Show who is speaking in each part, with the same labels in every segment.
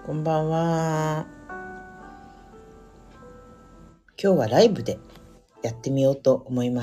Speaker 1: こんばんは。今日はライブでやってみようと思います。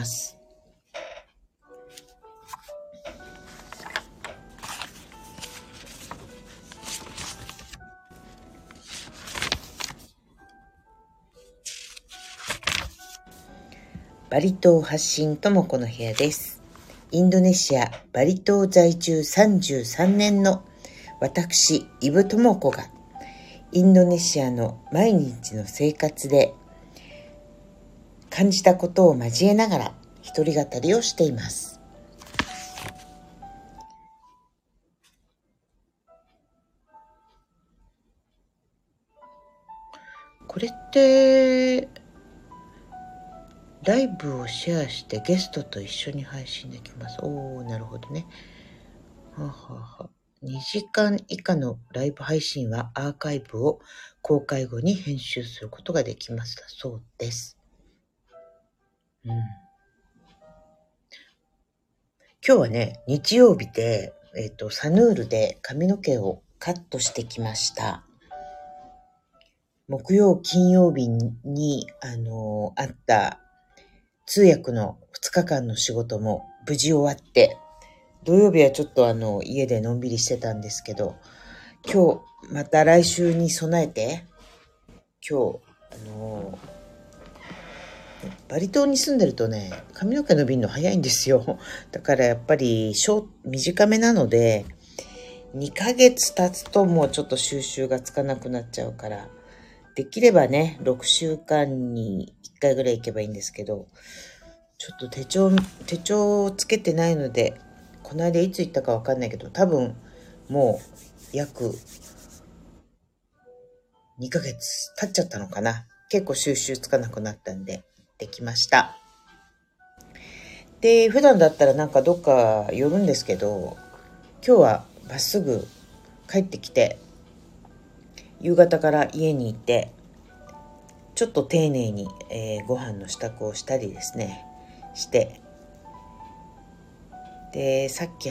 Speaker 1: バリ島発信ともこの部屋です。インドネシアバリ島在住33年の私イブトモコがインドネシアの毎日の生活で感じたことを交えながら一人語りをしています。これってライブをシェアしてゲストと一緒に配信できます。なるほどね。2時間以下のライブ配信はアーカイブを公開後に編集することができますだそうです。今日はね、日曜日で、サヌールで髪の毛をカットしてきました。木曜、金曜日に、あった通訳の2日間の仕事も無事終わって、土曜日はちょっと家でのんびりしてたんですけど、今日また来週に備えて、今日、バリ島に住んでるとね、髪の毛伸びるの早いんですよ。だからやっぱり短めなので、2ヶ月経つともうちょっと収集がつかなくなっちゃうから、できればね、6週間に1回ぐらい行けばいいんですけど、ちょっと手帳をつけてないので、この間いつ行ったかわかんないけど、多分もう約2ヶ月経っちゃったのかな。結構収集つかなくなったんで、できました。で、普段だったらなんかどっか寄るんですけど、今日はまっすぐ帰ってきて、夕方から家にいて、ちょっと丁寧に、ご飯の支度をしたりですね、して、で、さっきイ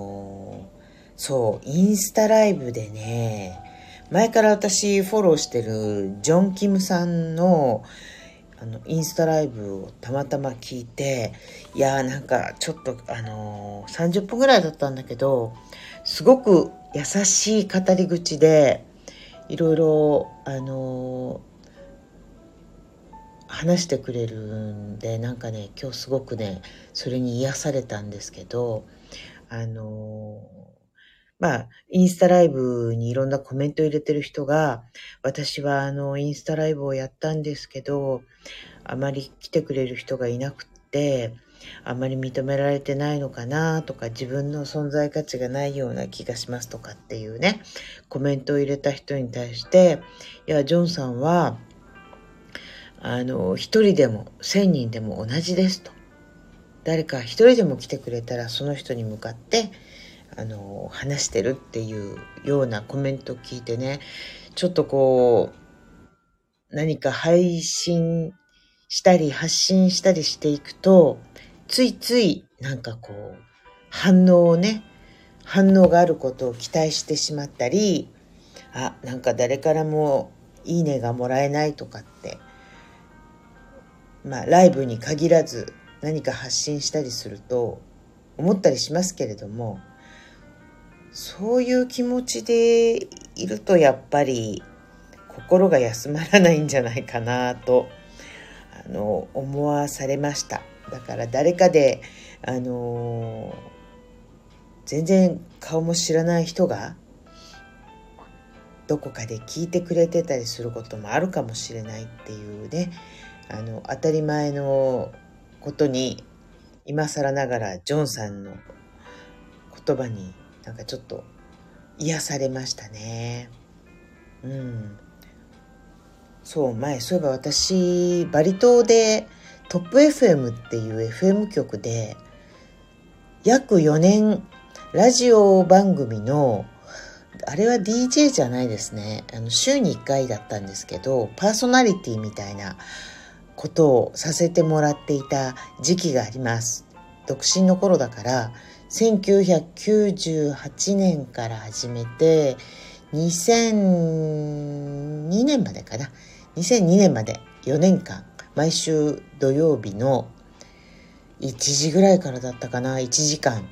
Speaker 1: ンスタライブでね、前から私フォローしてるジョン・キムさんのインスタライブをたまたま聞いて、いやーなんかちょっと30分ぐらいだったんだけど、すごく優しい語り口で、いろいろ話してくれるんで、なんかね、今日すごくね、それに癒されたんですけど、インスタライブにいろんなコメント入れてる人が、私はインスタライブをやったんですけど、あまり来てくれる人がいなくって、あまり認められてないのかなとか、自分の存在価値がないような気がしますとかっていうね、コメントを入れた人に対して、いや、ジョンさんは、一人でも1000人でも同じですと。誰か一人でも来てくれたらその人に向かって話してるっていうようなコメントを聞いてね、ちょっとこう何か配信したり発信したりしていくと、ついついなんかこう反応があることを期待してしまったり、なんか誰からもいいねがもらえないとかって、ライブに限らず何か発信したりすると思ったりしますけれども、そういう気持ちでいるとやっぱり心が休まらないんじゃないかなと思わされました。だから誰かで全然顔も知らない人がどこかで聞いてくれてたりすることもあるかもしれないっていうね、当たり前のことに今更ながらジョンさんの言葉になんかちょっと癒されましたね。そういえば私バリ島でトップ FM っていう FM 局で約4年ラジオ番組の、あれは DJ じゃないですね、週に1回だったんですけど、パーソナリティみたいなことをさせてもらっていた時期があります。独身の頃だから1998年から始めて 2002年までかな。2002年まで4年間、毎週土曜日の1時ぐらいからだったかな、1時間、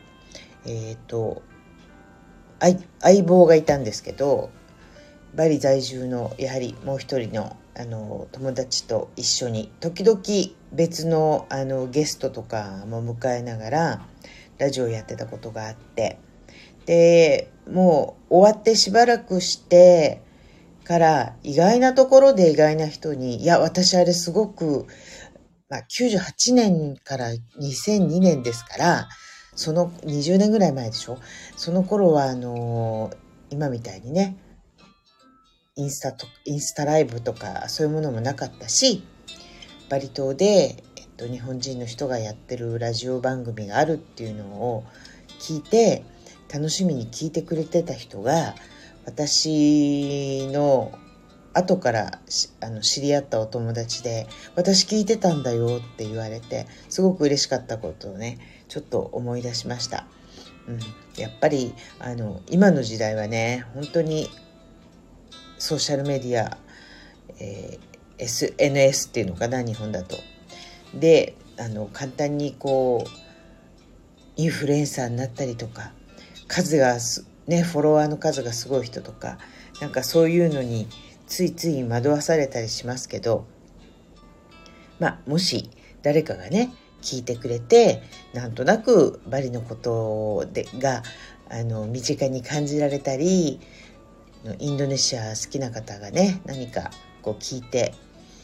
Speaker 1: 相棒がいたんですけど、バリ在住のやはりもう一人の友達と一緒に時々別のゲストとかも迎えながらラジオやってたことがあって、でもう終わってしばらくしてから意外なところで意外な人に、いや私あれすごく、98年から2002年ですから、その20年ぐらい前でしょ。その頃は今みたいにね、インスタライブとかそういうものもなかったし、バリ島で、日本人の人がやってるラジオ番組があるっていうのを聞いて楽しみに聞いてくれてた人が、私の後から知り合ったお友達で、私聞いてたんだよって言われて、すごく嬉しかったことをねちょっと思い出しました。やっぱり今の時代はね、本当にソーシャルメディア、SNS っていうのかな、日本だと。で簡単にこうインフルエンサーになったりとか、数がね、フォロワーの数がすごい人とか、なんかそういうのについつい惑わされたりしますけど、もし誰かがね聞いてくれて、なんとなくバリのことが身近に感じられたり、インドネシア好きな方がね何かこう聞いて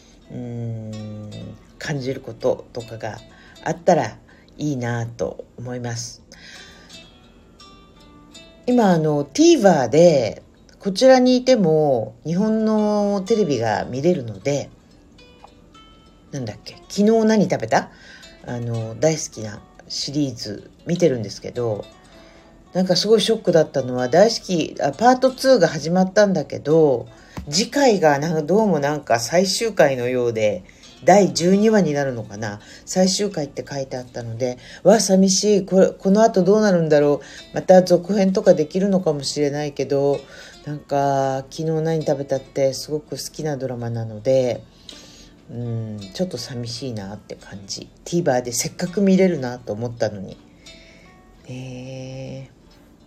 Speaker 1: 感じることとかがあったらいいなと思います。今TVer でこちらにいても日本のテレビが見れるので、なんだっけ、昨日何食べた大好きなシリーズ見てるんですけど、なんかすごいショックだったのは、大好きパート2が始まったんだけど、次回がどうもなんか最終回のようで、第12話になるのかな、最終回って書いてあったので、寂しい、この後どうなるんだろう、また続編とかできるのかもしれないけど、なんか昨日何食べたってすごく好きなドラマなので、ちょっと寂しいなって感じ。 TVer でせっかく見れるなと思ったのにね。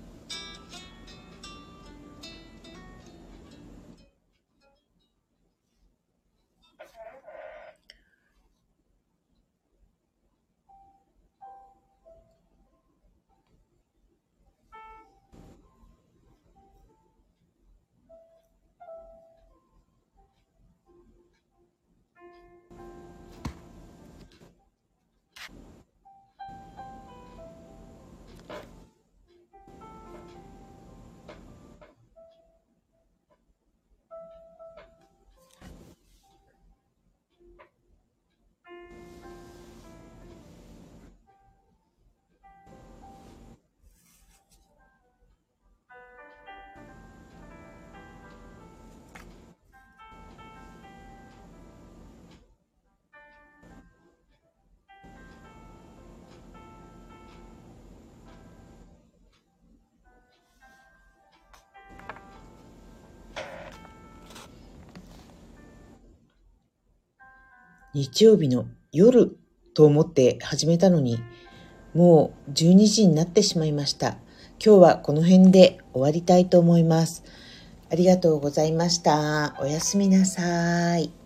Speaker 1: 日曜日の夜と思って始めたのに、もう12時になってしまいました。今日はこの辺で終わりたいと思います。ありがとうございました。おやすみなさい。